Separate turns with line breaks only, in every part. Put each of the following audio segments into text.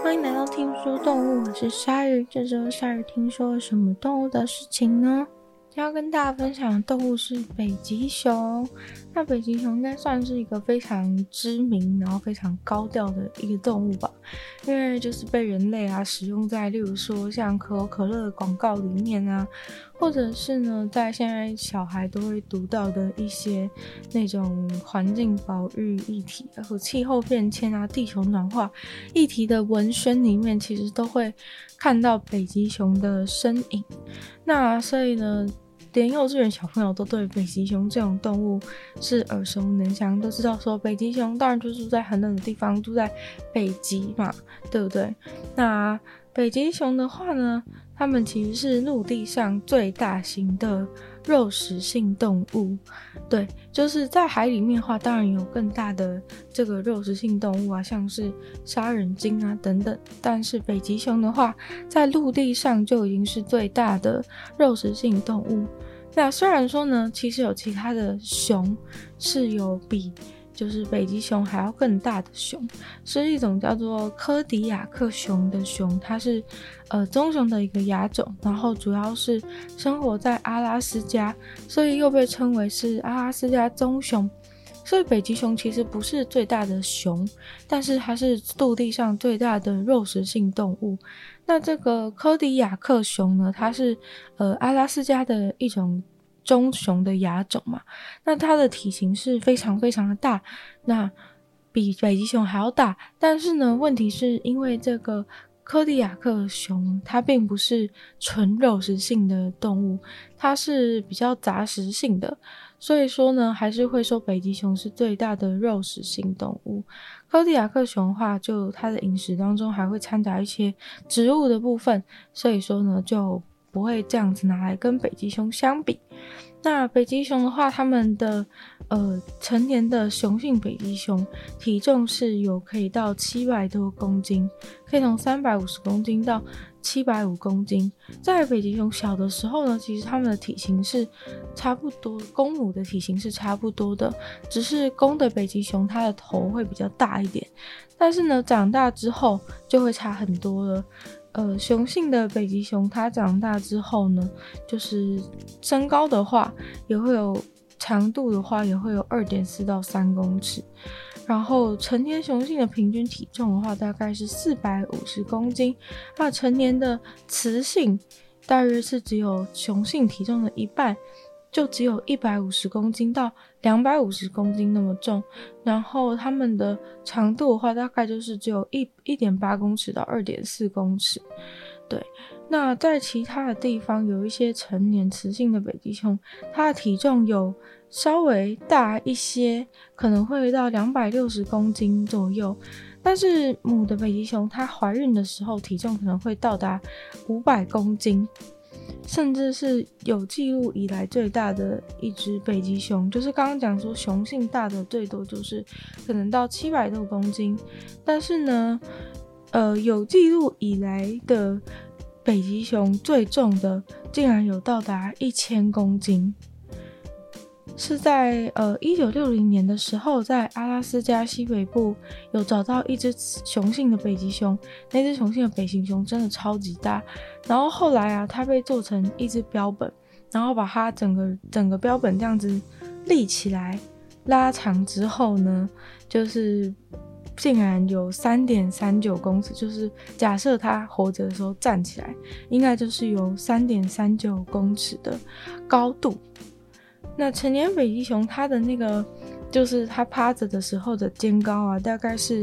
欢迎来到听说动物，我是鲨鱼。这周鲨鱼听说了什么动物的事情呢？要跟大家分享的动物是北极熊。那北极熊应该算是一个非常知名然后非常高调的一个动物吧，因为就是被人类使用在例如说像可口可乐的广告里面或者是呢在现在小孩都会读到的一些那种环境保育议题或气候变迁地球暖化议题的文宣里面，其实都会看到北极熊的身影。那所以呢，连幼稚园小朋友都对北极熊这种动物是耳熟能详，都知道说北极熊当然就住在很冷的地方，住在北极嘛，对不对？那北极熊的话呢，它们其实是陆地上最大型的肉食性动物。对，就是在海里面的话，当然有更大的这个肉食性动物像是杀人鲸等等，但是北极熊的话，在陆地上就已经是最大的肉食性动物。那虽然说呢，其实有其他的熊是有比就是北极熊还要更大的熊，是一种叫做柯迪亚克熊的熊，它是棕熊的一个亚种，然后主要是生活在阿拉斯加，所以又被称为是阿拉斯加棕熊。所以北极熊其实不是最大的熊，但是它是陆地上最大的肉食性动物。那这个柯迪亚克熊呢，它是阿拉斯加的一种棕熊的亚种嘛，那它的体型是非常非常的大，那比北极熊还要大。但是呢，问题是因为这个柯迪亚克熊它并不是纯肉食性的动物，它是比较杂食性的，所以说呢，还是会说北极熊是最大的肉食性动物。柯迪亚克熊的话，就它的饮食当中还会掺杂一些植物的部分，所以说呢，就不会这样子拿来跟北极熊相比。那北极熊的话，它们的成年的雄性北极熊体重是有可以到700多公斤，可以从350公斤到750公斤。在北极熊小的时候呢，其实它们的体型是差不多，公母的体型是差不多的，只是公的北极熊它的头会比较大一点，但是呢长大之后就会差很多了。雄性的北极熊它长大之后呢，就是身高的话也会有，长度的话也会有2.4到3公尺，然后成年雄性的平均体重的话大概是450公斤，那成年的雌性大约是只有雄性体重的一半，就只有150公斤到250公斤那么重，然后它们的长度的话大概就是只有 1.8公尺到2.4公尺。对，那在其他的地方有一些成年雌性的北极熊，它的体重有稍微大一些，可能会到260公斤左右，但是母的北极熊它怀孕的时候体重可能会到达500公斤，甚至是有记录以来最大的一只北极熊，就是刚刚讲说雄性大的最多就是可能到700多公斤，但是呢有记录以来的北极熊最重的竟然有到达1000公斤，是在1960年的时候，在阿拉斯加西北部有找到一只雄性的北极熊，那只雄性的北极熊真的超级大，然后后来它被做成一只标本，然后把它整个标本这样子立起来拉长之后呢，就是竟然有 3.39 公尺，就是假设它活着的时候站起来应该就是有 3.39 公尺的高度。那成年北极熊它的那个就是它趴着的时候的肩高大概是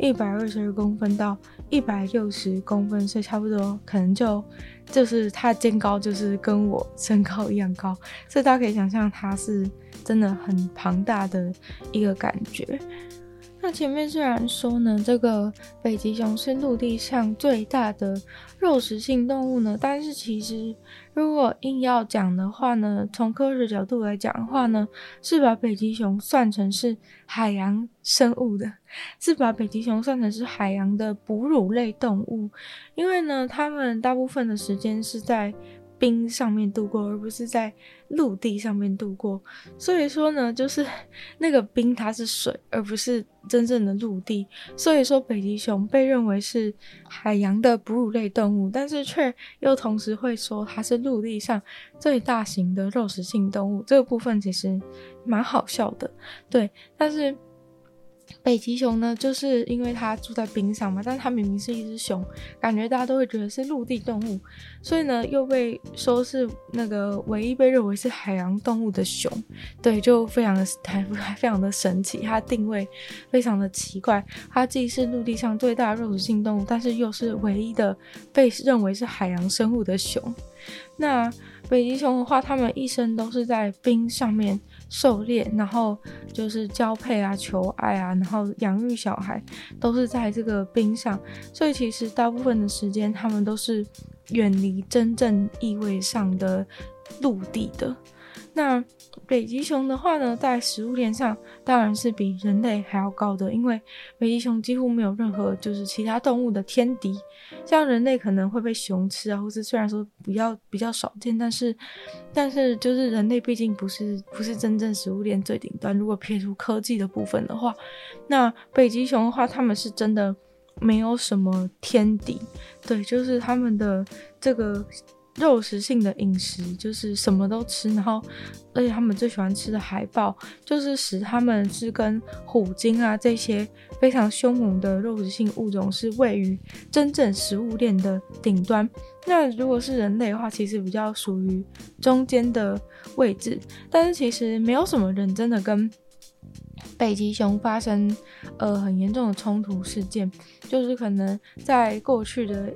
122公分到160公分，所以差不多可能就是它的肩高就是跟我身高一样高，所以大家可以想象它是真的很庞大的一个感觉。那前面虽然说呢，这个北极熊是陆地上最大的肉食性动物呢，但是其实如果硬要讲的话呢，从科学角度来讲的话呢，是把北极熊算成是海洋生物的，是把北极熊算成是海洋的哺乳类动物，因为呢，它们大部分的时间是在冰上面度过，而不是在陆地上面度过。所以说呢，就是那个冰它是水，而不是真正的陆地。所以说北极熊被认为是海洋的哺乳类动物，但是却又同时会说它是陆地上最大型的肉食性动物。这个部分其实蛮好笑的，对，但是北极熊呢，就是因为它住在冰上嘛，但它明明是一只熊，感觉大家都会觉得是陆地动物，所以呢又被说是那个唯一被认为是海洋动物的熊，对，就非常的神奇，它定位非常的奇怪，它既是陆地上最大的肉食性动物，但是又是唯一的被认为是海洋生物的熊。那北极熊的话，它们一生都是在冰上面狩猎，然后就是交配啊、求爱啊，然后养育小孩，都是在这个冰上，所以其实大部分的时间，它们都是远离真正意味上的陆地的。那北极熊的话呢，在食物链上当然是比人类还要高的，因为北极熊几乎没有任何就是其他动物的天敌，像人类可能会被熊吃啊，或是虽然说比较少见，但是就是人类毕竟不是真正食物链最顶端，如果撇除科技的部分的话，那北极熊的话，他们是真的没有什么天敌，对，就是他们的这个肉食性的饮食就是什么都吃，然后而且他们最喜欢吃的海豹就是使他们是跟虎鲸啊这些非常凶猛的肉食性物种是位于真正食物链的顶端。那如果是人类的话，其实比较属于中间的位置，但是其实没有什么人真的跟北极熊发生很严重的冲突事件，就是可能在过去的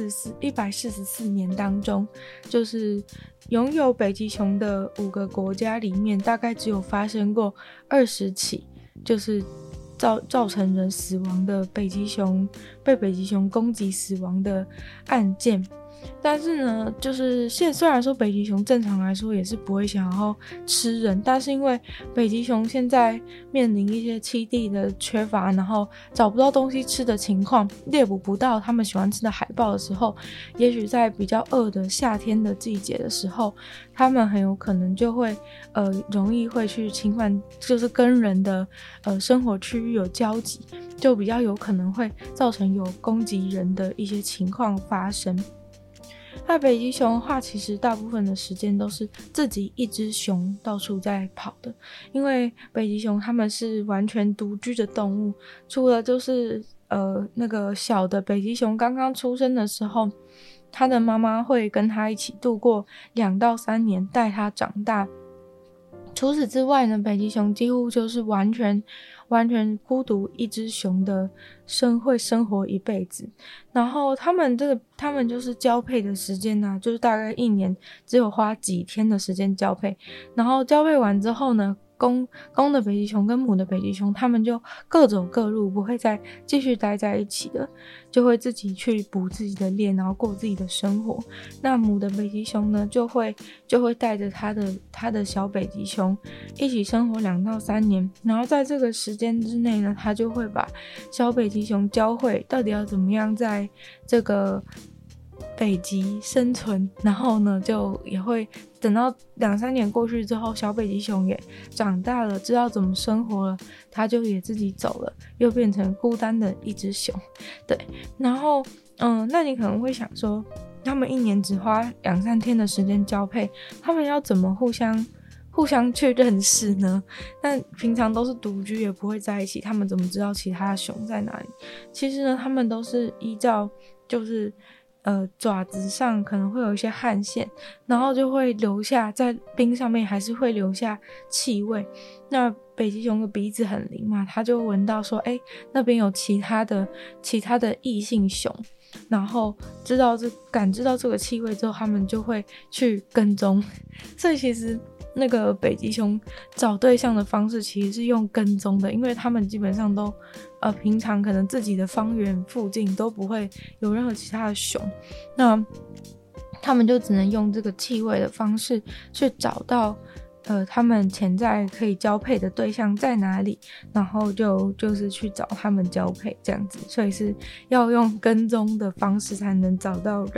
144年当中，就是拥有北极熊的5个国家里面，大概只有发生过20起，就是造成人死亡的被北极熊攻击死亡的案件。但是呢，就是虽然说北极熊正常来说也是不会想要吃人，但是因为北极熊现在面临一些栖地的缺乏，然后找不到东西吃的情况，猎捕不到他们喜欢吃的海豹的时候，也许在比较饿的夏天的季节的时候，他们很有可能就会容易会去侵犯，就是跟人的生活区域有交集，就比较有可能会造成有攻击人的一些情况发生。那北极熊的话，其实大部分的时间都是自己一只熊到处在跑的，因为北极熊它们是完全独居的动物，除了就是那个小的北极熊刚刚出生的时候，它的妈妈会跟它一起度过2到3年，带它长大。除此之外呢，北极熊几乎就是完全孤独一只熊的会生活一辈子。然后他们就是交配的时间呢，就是大概1年只有花几天的时间交配，然后交配完之后呢，公的北极熊跟母的北极熊，他们就各走各路，不会再继续待在一起的，就会自己去捕自己的猎，然后过自己的生活。那母的北极熊呢，就会带着他的小北极熊一起生活2到3年，然后在这个时间之内呢，他就会把小北极熊教会到底要怎么样在这个北极生存，然后呢就也会等到2-3年过去之后，小北极熊也长大了，知道怎么生活了，它就也自己走了，又变成孤单的一只熊。对，然后那你可能会想说，他们1年只花2-3天的时间交配，他们要怎么互相去认识呢？但平常都是独居，也不会在一起，他们怎么知道其他的熊在哪里？其实呢，他们都是依照就是爪子上可能会有一些汗腺，然后就会留下在冰上面，还是会留下气味。那北极熊的鼻子很灵嘛，它就闻到说那边有其他的异性熊，然后感知到这个气味之后，他们就会去跟踪。所以其实那个北极熊找对象的方式其实是用跟踪的，因为他们基本上都平常可能自己的方圆附近都不会有任何其他的熊，那他们就只能用这个气味的方式去找到他们潜在可以交配的对象在哪里，然后就是去找他们交配这样子，所以是要用跟踪的方式才能找到人。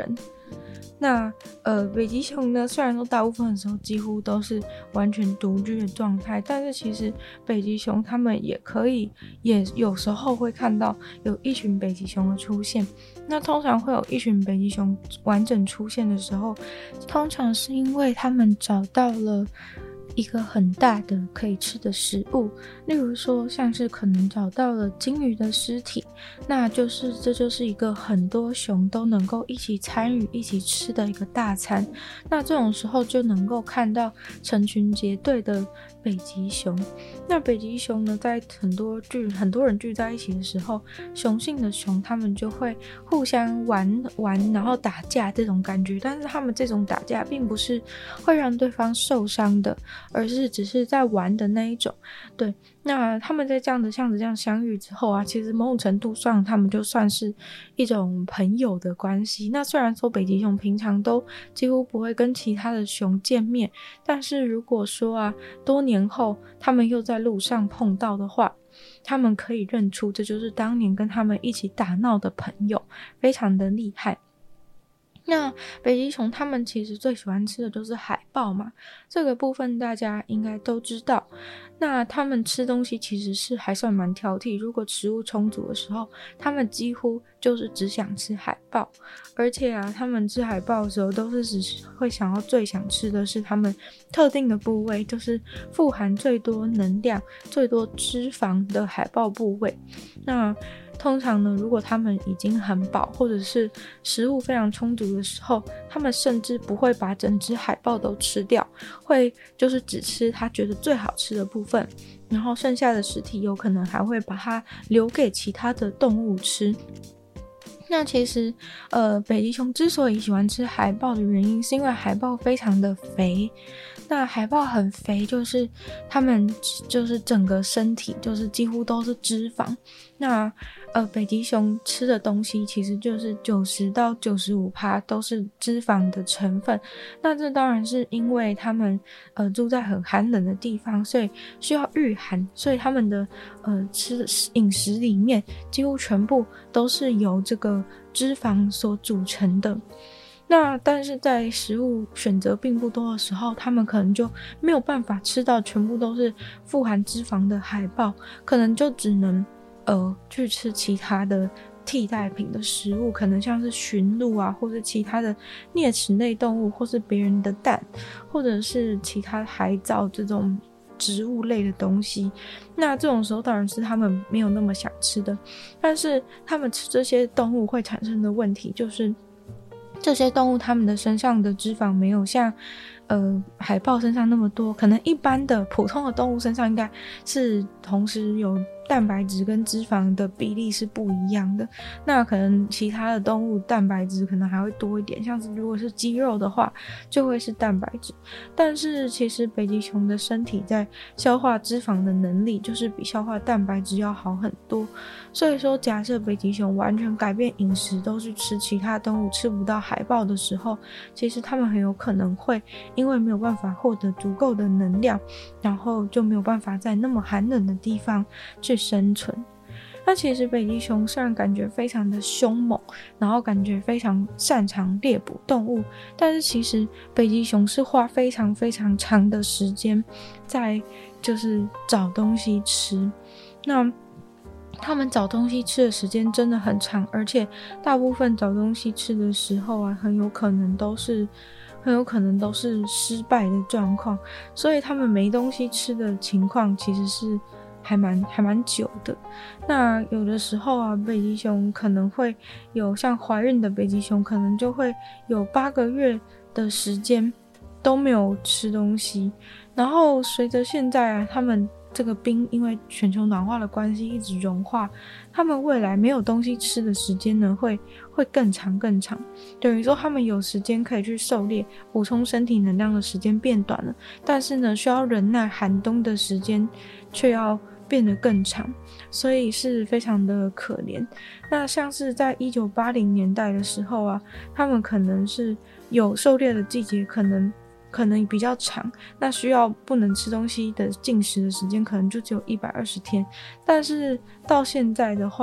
那北极熊呢，虽然说大部分的时候几乎都是完全独居的状态，但是其实北极熊它们也有时候会看到有一群北极熊的出现。那通常会有一群北极熊完整出现的时候，通常是因为它们找到了一个很大的可以吃的食物，例如说像是可能找到了鲸鱼的尸体，那这就是一个很多熊都能够一起参与一起吃的一个大餐。那这种时候就能够看到成群结队的北极熊。那北极熊呢，在很多人聚在一起的时候，雄性的熊他们就会互相玩然后打架这种感觉，但是他们这种打架并不是会让对方受伤的，而是只是在玩的那一种。对，那他们在这样相遇之后啊，其实某种程度上他们就算是一种朋友的关系。那虽然说北极熊平常都几乎不会跟其他的熊见面，但是如果说啊多年后他们又在路上碰到的话，他们可以认出这就是当年跟他们一起打闹的朋友，非常的厉害。那北极熊他们其实最喜欢吃的就是海豹嘛，这个部分大家应该都知道。那他们吃东西其实是还算蛮挑剔，如果食物充足的时候，他们几乎就是只想吃海豹。而且啊，他们吃海豹的时候都是只会最想吃的是他们特定的部位，就是富含最多能量最多脂肪的海豹部位。那通常呢，如果他们已经很饱或者是食物非常充足的时候，他们甚至不会把整只海豹都吃掉，会就是只吃他觉得最好吃的部分，然后剩下的尸体有可能还会把它留给其他的动物吃。那其实北极熊之所以喜欢吃海豹的原因，是因为海豹非常的肥。那海豹很肥，就是它们就是整个身体就是几乎都是脂肪。那北极熊吃的东西其实就是90%到95%都是脂肪的成分。那这当然是因为它们住在很寒冷的地方，所以需要御寒，所以它们的饮食里面几乎全部都是由这个脂肪所组成的。那但是在食物选择并不多的时候，他们可能就没有办法吃到全部都是富含脂肪的海豹，可能就只能去吃其他的替代品的食物，可能像是驯鹿啊，或者其他的啮齿类动物，或是别人的蛋，或者是其他海藻这种植物类的东西。那这种时候当然是他们没有那么想吃的，但是他们吃这些动物会产生的问题就是这些动物它们的身上的脂肪没有像海豹身上那么多，可能一般的普通的动物身上应该是同时有蛋白质跟脂肪的比例是不一样的。那可能其他的动物蛋白质可能还会多一点，像是如果是鸡肉的话就会是蛋白质。但是其实北极熊的身体在消化脂肪的能力就是比消化蛋白质要好很多。所以说假设北极熊完全改变饮食都去吃其他动物吃不到海豹的时候，其实他们很有可能会因为没有办法获得足够的能量，然后就没有办法在那么寒冷的地方去生存。那其实北极熊虽然感觉非常的凶猛，然后感觉非常擅长猎捕动物，但是其实北极熊是花非常非常长的时间在就是找东西吃。那他们找东西吃的时间真的很长，而且大部分找东西吃的时候啊，很有可能都是失败的状况，所以他们没东西吃的情况其实是还蛮久的。那有的时候啊，北极熊可能会有像怀孕的北极熊可能就会有8个月的时间都没有吃东西。然后随着现在啊，他们这个冰因为全球暖化的关系一直融化，他们未来没有东西吃的时间呢会更长，等于说他们有时间可以去狩猎补充身体能量的时间变短了，但是呢需要忍耐寒冬的时间却要变得更长，所以是非常的可怜。那像是在1980年代的时候啊，他们可能是有狩猎的季节可能比较长，那需要不能吃东西的禁食的时间可能就只有120天。但是到现在的话，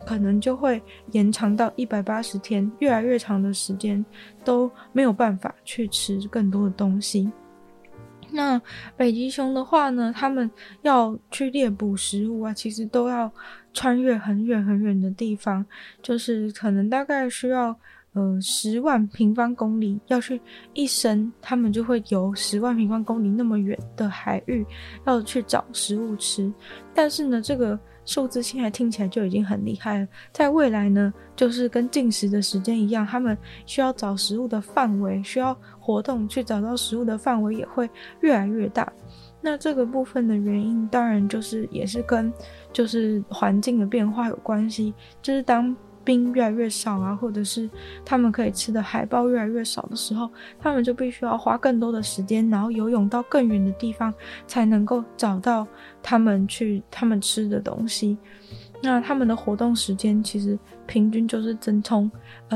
可能就会延长到180天，越来越长的时间都没有办法去吃更多的东西。那北极熊的话呢，他们要去猎捕食物啊，其实都要穿越很远很远的地方，就是可能大概需要10万平方公里，要去一生他们就会游10万平方公里那么远的海域要去找食物吃。但是呢，这个数字现在听起来就已经很厉害了，在未来呢，就是跟进食的时间一样，他们需要找食物的范围，需要活动去找到食物的范围也会越来越大。那这个部分的原因当然就是也是跟就是环境的变化有关系，就是当冰越来越少啊，或者是他们可以吃的海豹越来越少的时候，他们就必须要花更多的时间，然后游泳到更远的地方才能够找到他们吃的东西。那他们的活动时间其实平均就是从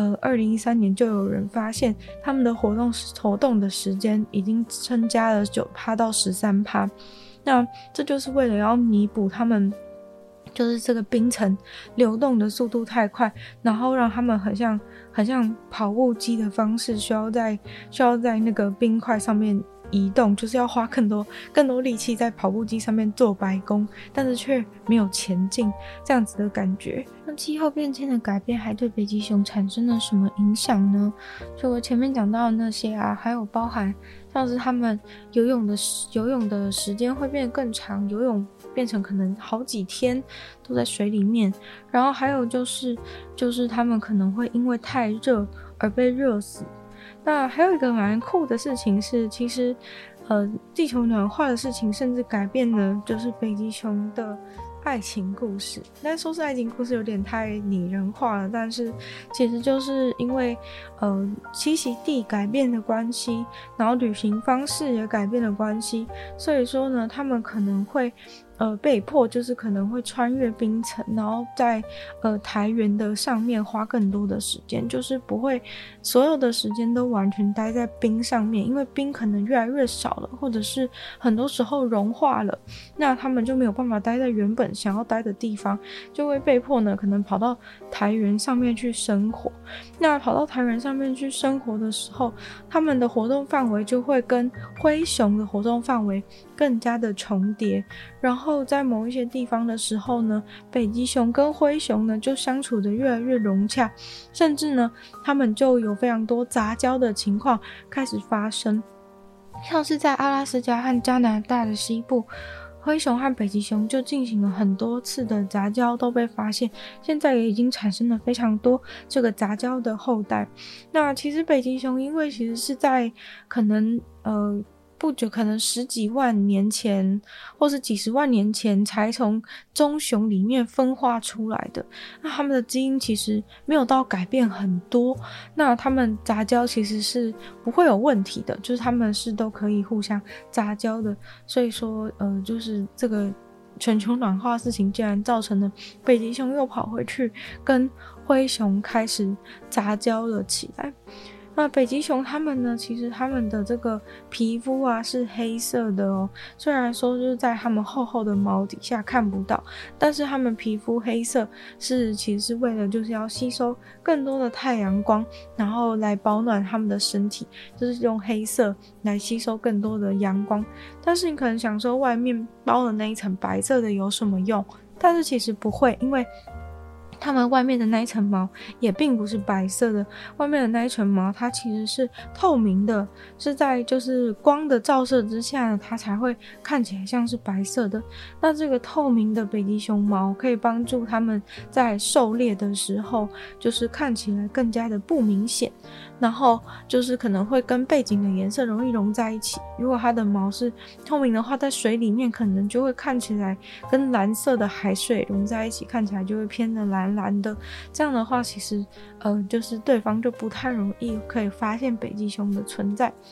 2013年就有人发现他们的活动的时间已经增加了9%到13%。那这就是为了要弥补他们就是这个冰层流动的速度太快，然后让他们很像跑步机的方式，需要在那个冰块上面移动，就是要花更多力气在跑步机上面做白工，但是却没有前进这样子的感觉。那气候变迁的改变还对北极熊产生了什么影响呢？就我前面讲到的那些啊，还有包含像是他们游泳的时间会变得更长，游泳变成可能好几天都在水里面，然后还有就是他们可能会因为太热而被热死。那还有一个蛮酷的事情是，其实地球暖化的事情甚至改变了就是北极熊的爱情故事。但说是爱情故事有点太拟人化了，但是其实就是因为栖息地改变的关系，然后旅行方式也改变的关系，所以说呢他们可能会被迫就是可能会穿越冰层，然后在苔原的上面花更多的时间，就是不会所有的时间都完全待在冰上面，因为冰可能越来越少了，或者是很多时候融化了，那他们就没有办法待在原本想要待的地方，就会被迫呢可能跑到苔原上面去生活。那跑到苔原上面去生活的时候，他们的活动范围就会跟灰熊的活动范围更加的重叠，然后在某一些地方的时候呢，北极熊跟灰熊呢就相处得越来越融洽，甚至呢他们就有非常多杂交的情况开始发生。像是在阿拉斯加和加拿大的西部，灰熊和北极熊就进行了很多次的杂交，都被发现现在也已经产生了非常多这个杂交的后代。那其实北极熊因为其实是在可能不久，可能10几万年前或是几十万年前才从棕熊里面分化出来的，那他们的基因其实没有到改变很多，那他们杂交其实是不会有问题的，就是他们是都可以互相杂交的。所以说就是这个全球暖化事情竟然造成了北极熊又跑回去跟灰熊开始杂交了起来。那北极熊它们呢，其实它们的这个皮肤啊是黑色的哦，虽然说就是在它们厚厚的毛底下看不到，但是它们皮肤黑色其实是为了就是要吸收更多的太阳光，然后来保暖它们的身体，就是用黑色来吸收更多的阳光。但是你可能想说外面包的那一层白色的有什么用？但是其实不会，因为它们外面的那一层毛也并不是白色的，外面的那一层毛它其实是透明的，是在就是光的照射之下呢，它才会看起来像是白色的。那这个透明的北极熊毛可以帮助它们在狩猎的时候就是看起来更加的不明显，然后就是可能会跟背景的颜色容易融在一起。如果它的毛是透明的话，在水里面可能就会看起来跟蓝色的海水融在一起，看起来就会偏的蓝蓝的，这样的话其实就是对方就不太容易可以发现北极熊的存在。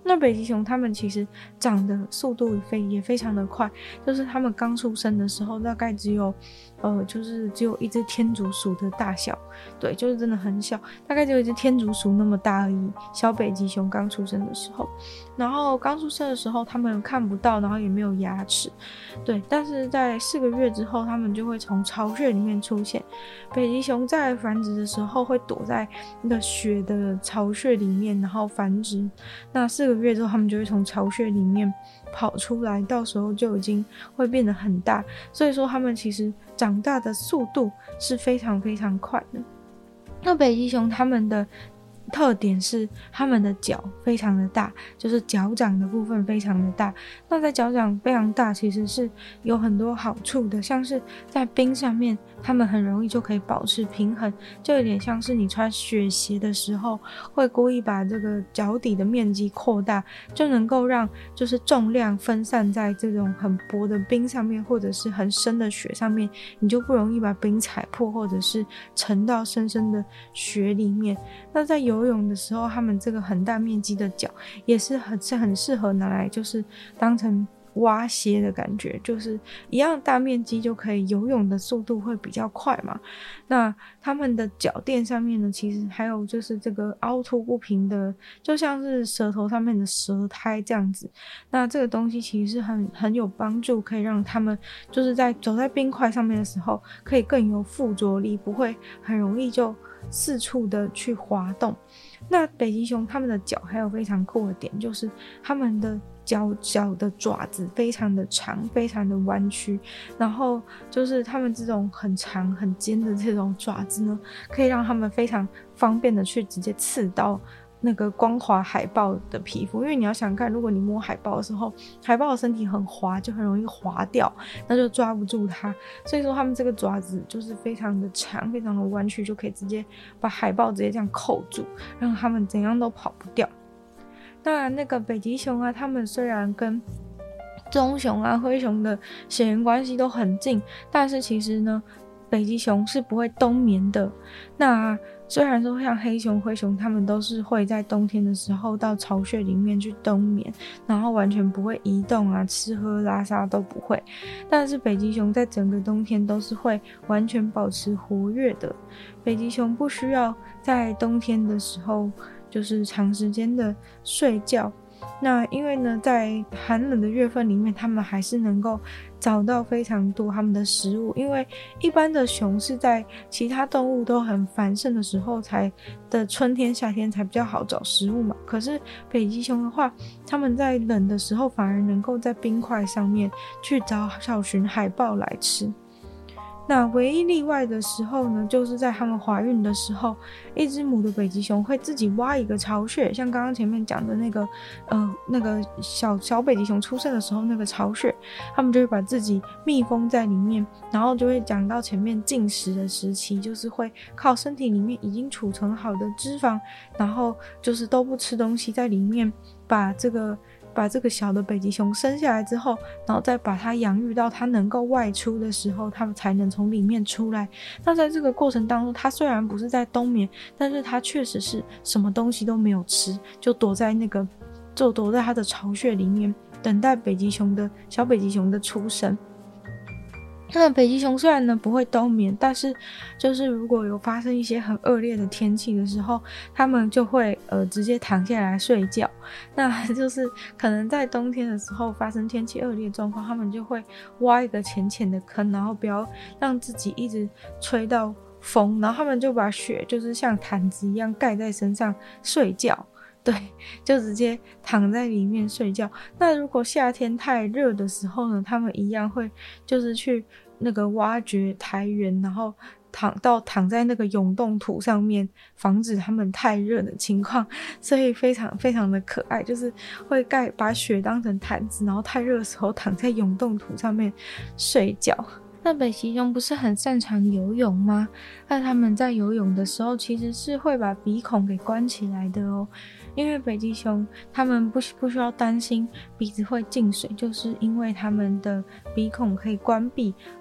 那北极熊它们其实长的速度也非常的快，就是它们刚出生的时候大概只有一只天竺鼠的大小，对，就是真的很小，大概只有一只天竺鼠那么大而已。小北极熊刚出生的时候，然后刚出生的时候它们看不到，然后也没有牙齿，对，但是在4个月之后，它们就会从巢穴里面出现。北极熊在繁殖的时候会躲在那个雪的巢穴里面，然后繁殖。那4个月之后，它们就会从巢穴里面跑出来，到时候就已经会变得很大。所以说，它们其实长大的速度是非常非常快的。那北极熊它们的特点是它们的脚非常的大，就是脚掌的部分非常的大。那在脚掌非常大其实是有很多好处的，像是在冰上面它们很容易就可以保持平衡，就有点像是你穿雪鞋的时候会故意把这个脚底的面积扩大，就能够让就是重量分散在这种很薄的冰上面或者是很深的雪上面，你就不容易把冰踩破或者是沉到深深的雪里面。那在游泳的时候，他们这个很大面积的脚也是很适合拿来就是当成蛙鞋的感觉，就是一样大面积就可以游泳的速度会比较快嘛。那他们的脚垫上面呢，其实还有就是这个凹凸不平的，就像是舌头上面的舌苔这样子。那这个东西其实是很有帮助，可以让他们就是在走在冰块上面的时候可以更有附着力，不会很容易就四处的去滑动。那北极熊它们的脚还有非常酷的点，就是它们的脚的爪子非常的长，非常的弯曲，然后就是它们这种很长很尖的这种爪子呢，可以让它们非常方便的去直接刺到那个光滑海豹的皮肤。因为你要想看，如果你摸海豹的时候，海豹的身体很滑，就很容易滑掉，那就抓不住它。所以说它们这个爪子就是非常的长，非常的弯曲，就可以直接把海豹直接这样扣住，让它们怎样都跑不掉。那个北极熊啊，它们虽然跟棕熊啊、灰熊的血缘关系都很近，但是其实呢，北极熊是不会冬眠的。那虽然说像黑熊、灰熊，它们都是会在冬天的时候到巢穴里面去冬眠，然后完全不会移动啊，吃喝拉撒都不会。但是北极熊在整个冬天都是会完全保持活跃的。北极熊不需要在冬天的时候就是长时间的睡觉。那因为呢，在寒冷的月份里面，他们还是能够找到非常多他们的食物。因为一般的熊是在其他动物都很繁盛的时候的春天、夏天才比较好找食物嘛。可是北极熊的话，他们在冷的时候反而能够在冰块上面去找寻海豹来吃。那唯一例外的时候呢，就是在它们怀孕的时候，一只母的北极熊会自己挖一个巢穴，像刚刚前面讲的那个小北极熊出生的时候那个巢穴，它们就会把自己密封在里面，然后就会讲到前面进食的时期，就是会靠身体里面已经储存好的脂肪，然后就是都不吃东西，在里面把这个小的北极熊生下来之后，然后再把它养育到它能够外出的时候，它们才能从里面出来。那在这个过程当中，它虽然不是在冬眠，但是它确实是什么东西都没有吃，就躲在它的巢穴里面，等待小北极熊的出生。那北极熊虽然呢不会冬眠，但是就是如果有发生一些很恶劣的天气的时候，他们就会直接躺下来睡觉。那就是可能在冬天的时候发生天气恶劣状况，他们就会挖一个浅浅的坑，然后不要让自己一直吹到风，然后他们就把雪就是像毯子一样盖在身上睡觉。对，就直接躺在里面睡觉。那如果夏天太热的时候呢，他们一样会就是去那个挖掘苔原，然后躺在那个永冻土上面，防止他们太热的情况。所以非常非常的可爱，就是会把雪当成毯子，然后太热的时候躺在永冻土上面睡觉。那北极熊不是很擅长游泳吗？那他们在游泳的时候其实是会把鼻孔给关起来的哦。因为北极熊他们不需要担心鼻子会进水，就是因为他们的鼻孔可以关闭，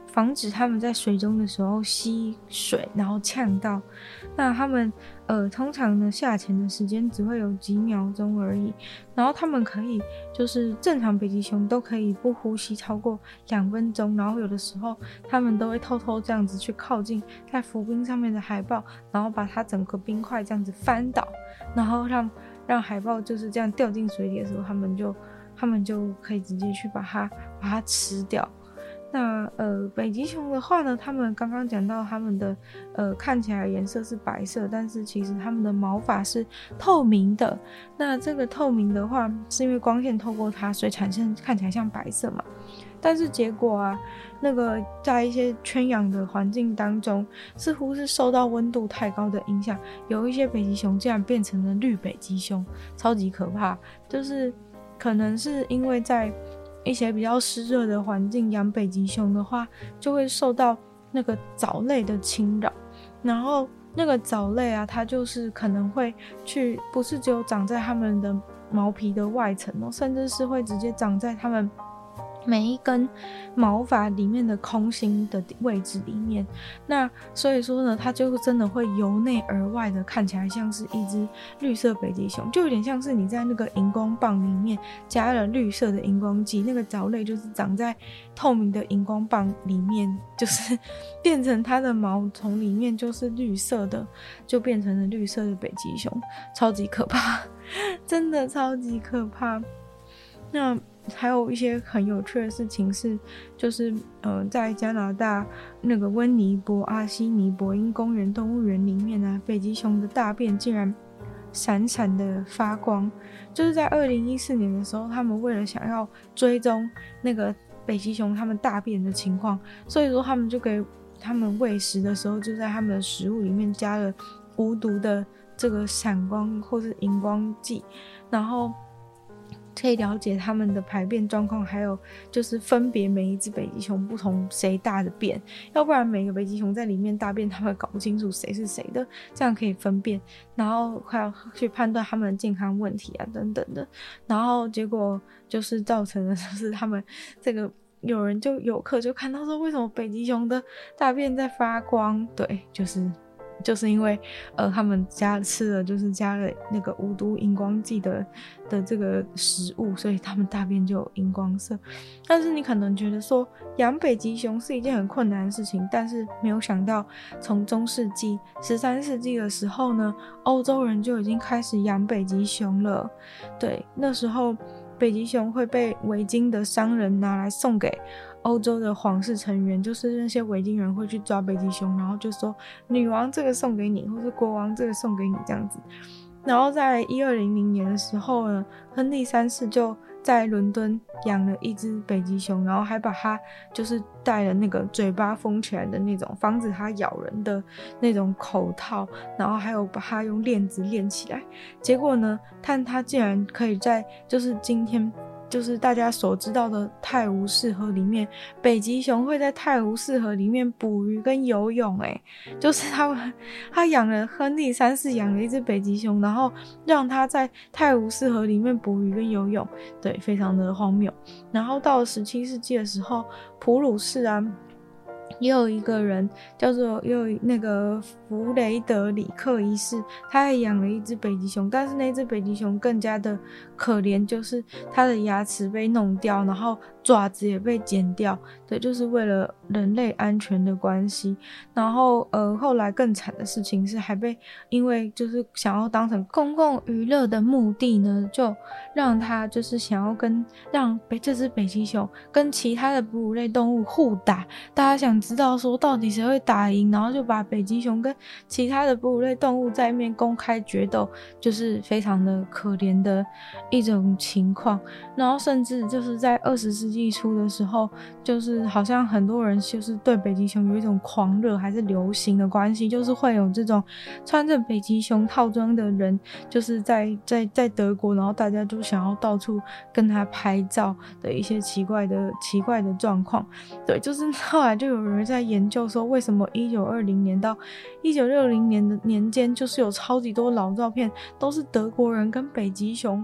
防止他们在水中的时候吸水然后呛到。那他们通常呢下潜的时间只会有几秒钟而已，然后他们可以就是正常北极熊都可以不呼吸超过2分钟，然后有的时候他们都会偷偷这样子去靠近在浮冰上面的海豹，然后把它整个冰块这样子翻倒，然后让海豹就是这样掉进水里的时候，他们就可以直接去把它吃掉。那北极熊的话呢，他们刚刚讲到他们的看起来颜色是白色，但是其实他们的毛发是透明的。那这个透明的话是因为光线透过它，所以产生看起来像白色嘛。但是结果啊，那个在一些圈养的环境当中，似乎是受到温度太高的影响，有一些北极熊竟然变成了绿北极熊，超级可怕。就是可能是因为在一些比较湿热的环境养北极熊的话，就会受到那个藻类的侵扰，然后那个藻类啊，它就是可能会去，不是只有长在它们的毛皮的外层哦，甚至是会直接长在它们每一根毛发里面的空心的位置里面。那所以说呢，它就真的会由内而外的看起来像是一只绿色北极熊，就有点像是你在那个荧光棒里面加了绿色的荧光剂，那个藻类就是长在透明的荧光棒里面，就是变成它的毛从里面就是绿色的，就变成了绿色的北极熊，超级可怕，真的超级可怕。那还有一些很有趣的事情是，就是在加拿大那个温尼伯阿西尼伯因公园动物园里面啊，北极熊的大便竟然闪闪的发光。就是在2014年的时候，他们为了想要追踪那个北极熊他们大便的情况，所以说他们就给他们喂食的时候，就在他们的食物里面加了无毒的这个闪光或是荧光剂，然后可以了解他们的排便状况，还有就是分别每一只北极熊不同谁大的便，要不然每个北极熊在里面大便，他们搞不清楚谁是谁的，这样可以分辨，然后还要去判断他们的健康问题啊等等的。然后结果就是造成了就是他们这个游客就看到说，为什么北极熊的大便在发光？对，就是因为他们吃了就是加了那个无毒荧光剂的这个食物，所以他们大便就有荧光色。但是你可能觉得说养北极熊是一件很困难的事情，但是没有想到从中世纪13世纪的时候呢，欧洲人就已经开始养北极熊了。对，那时候北极熊会被维京的商人拿来送给欧洲的皇室成员，就是那些维京人会去抓北极熊，然后就说女王这个送给你，或是国王这个送给你这样子。然后在1200年的时候呢，亨利3世就在伦敦养了一只北极熊，然后还把它就是戴了那个嘴巴封起来的那种防止它咬人的那种口套，然后还有把它用链子链起来。结果呢，看它竟然可以在就是今天就是大家所知道的泰晤士河里面，北极熊会在泰晤士河里面捕鱼跟游泳。就是他养了亨利3世养了一只北极熊，然后让他在泰晤士河里面捕鱼跟游泳，对，非常的荒谬。然后到了17世纪的时候，普鲁士啊也有一个人叫做那个弗雷德里克一世，他也养了一只北极熊，但是那只北极熊更加的可怜，就是他的牙齿被弄掉，然后爪子也被剪掉，对，就是为了人类安全的关系。然后后来更惨的事情是还被因为就是想要当成公共娱乐的目的呢，就让他就是想要让这只北极熊跟其他的哺乳类动物互打，大家想知道说到底谁会打赢，然后就把北极熊跟其他的哺乳类动物在面公开决斗，就是非常的可怜的一种情况。然后甚至就是在20世纪初的时候，就是好像很多人就是对北极熊有一种狂热还是流行的关系，就是会有这种穿着北极熊套装的人，就是在德国，然后大家就想要到处跟他拍照的一些奇怪的状况。对，就是后来就有人在研究说，为什么1920年到1960年的年间，就是有超级多老照片都是德国人跟北极熊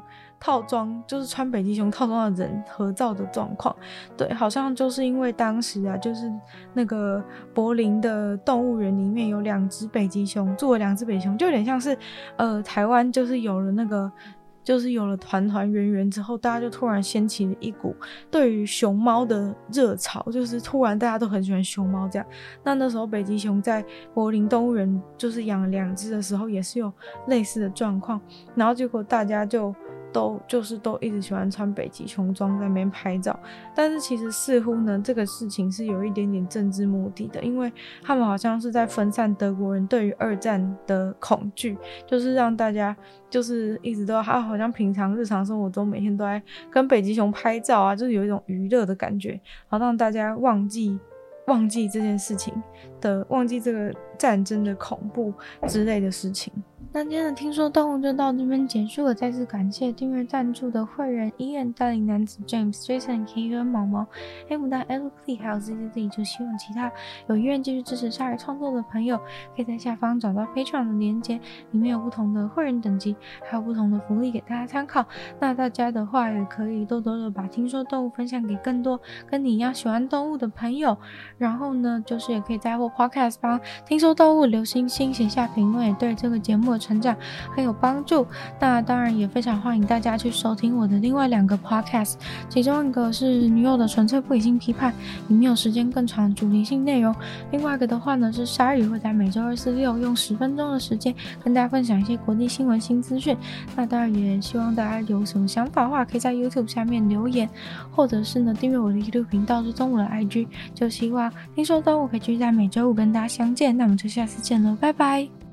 套装，就是穿北极熊套装的人合照的状况。对，好像就是因为当时啊，就是那个柏林的动物园里面有2只北极熊，住了2只北极熊，就有点像是台湾就是有了那个。就是有了团团圆圆之后，大家就突然掀起了一股对于熊猫的热潮，就是突然大家都很喜欢熊猫这样。那时候北极熊在柏林动物园就是养了2只的时候，也是有类似的状况，然后结果大家都一直喜欢穿北极熊装在那边拍照，但是其实似乎呢，这个事情是有一点点政治目的的，因为他们好像是在分散德国人对于2战的恐惧，就是让大家就是一直都好像平常日常生活中每天都在跟北极熊拍照啊，就是有一种娱乐的感觉，然后让大家忘记这件事情的，忘记这个战争的恐怖之类的事情。那今天的听说动物就到这边结束了，再次感谢订阅赞助的会员Ian、大龄男子 James、Jason、K 跟毛毛、黑牡丹、Ellie 还有 ZZZ， 就希望其他有意愿继续支持鲨鱼创作的朋友，可以在下方找到 Patreon 的连结，里面有不同的会员等级，还有不同的福利给大家参考。那大家的话也可以多多的把听说动物分享给更多跟你一样喜欢动物的朋友，然后呢，就是也可以在Apple Podcast 帮听说动物留星星，写下评论，也对这个节目的成长很有帮助。那当然也非常欢迎大家去收听我的另外2个 podcast， 其中一个是女友的纯粹不理性批判，里面有时间更长主题性内容，另外一个的话呢是鲨鱼，会在每周2、4、6用10分钟的时间跟大家分享一些国际新闻新资讯。那当然也希望大家有什么想法的话，可以在 YouTube 下面留言，或者是呢订阅我的 YouTube 频道，追踪我的 IG。就希望听说动物可以继续在每周5跟大家相见，那我们就下次见了，拜拜。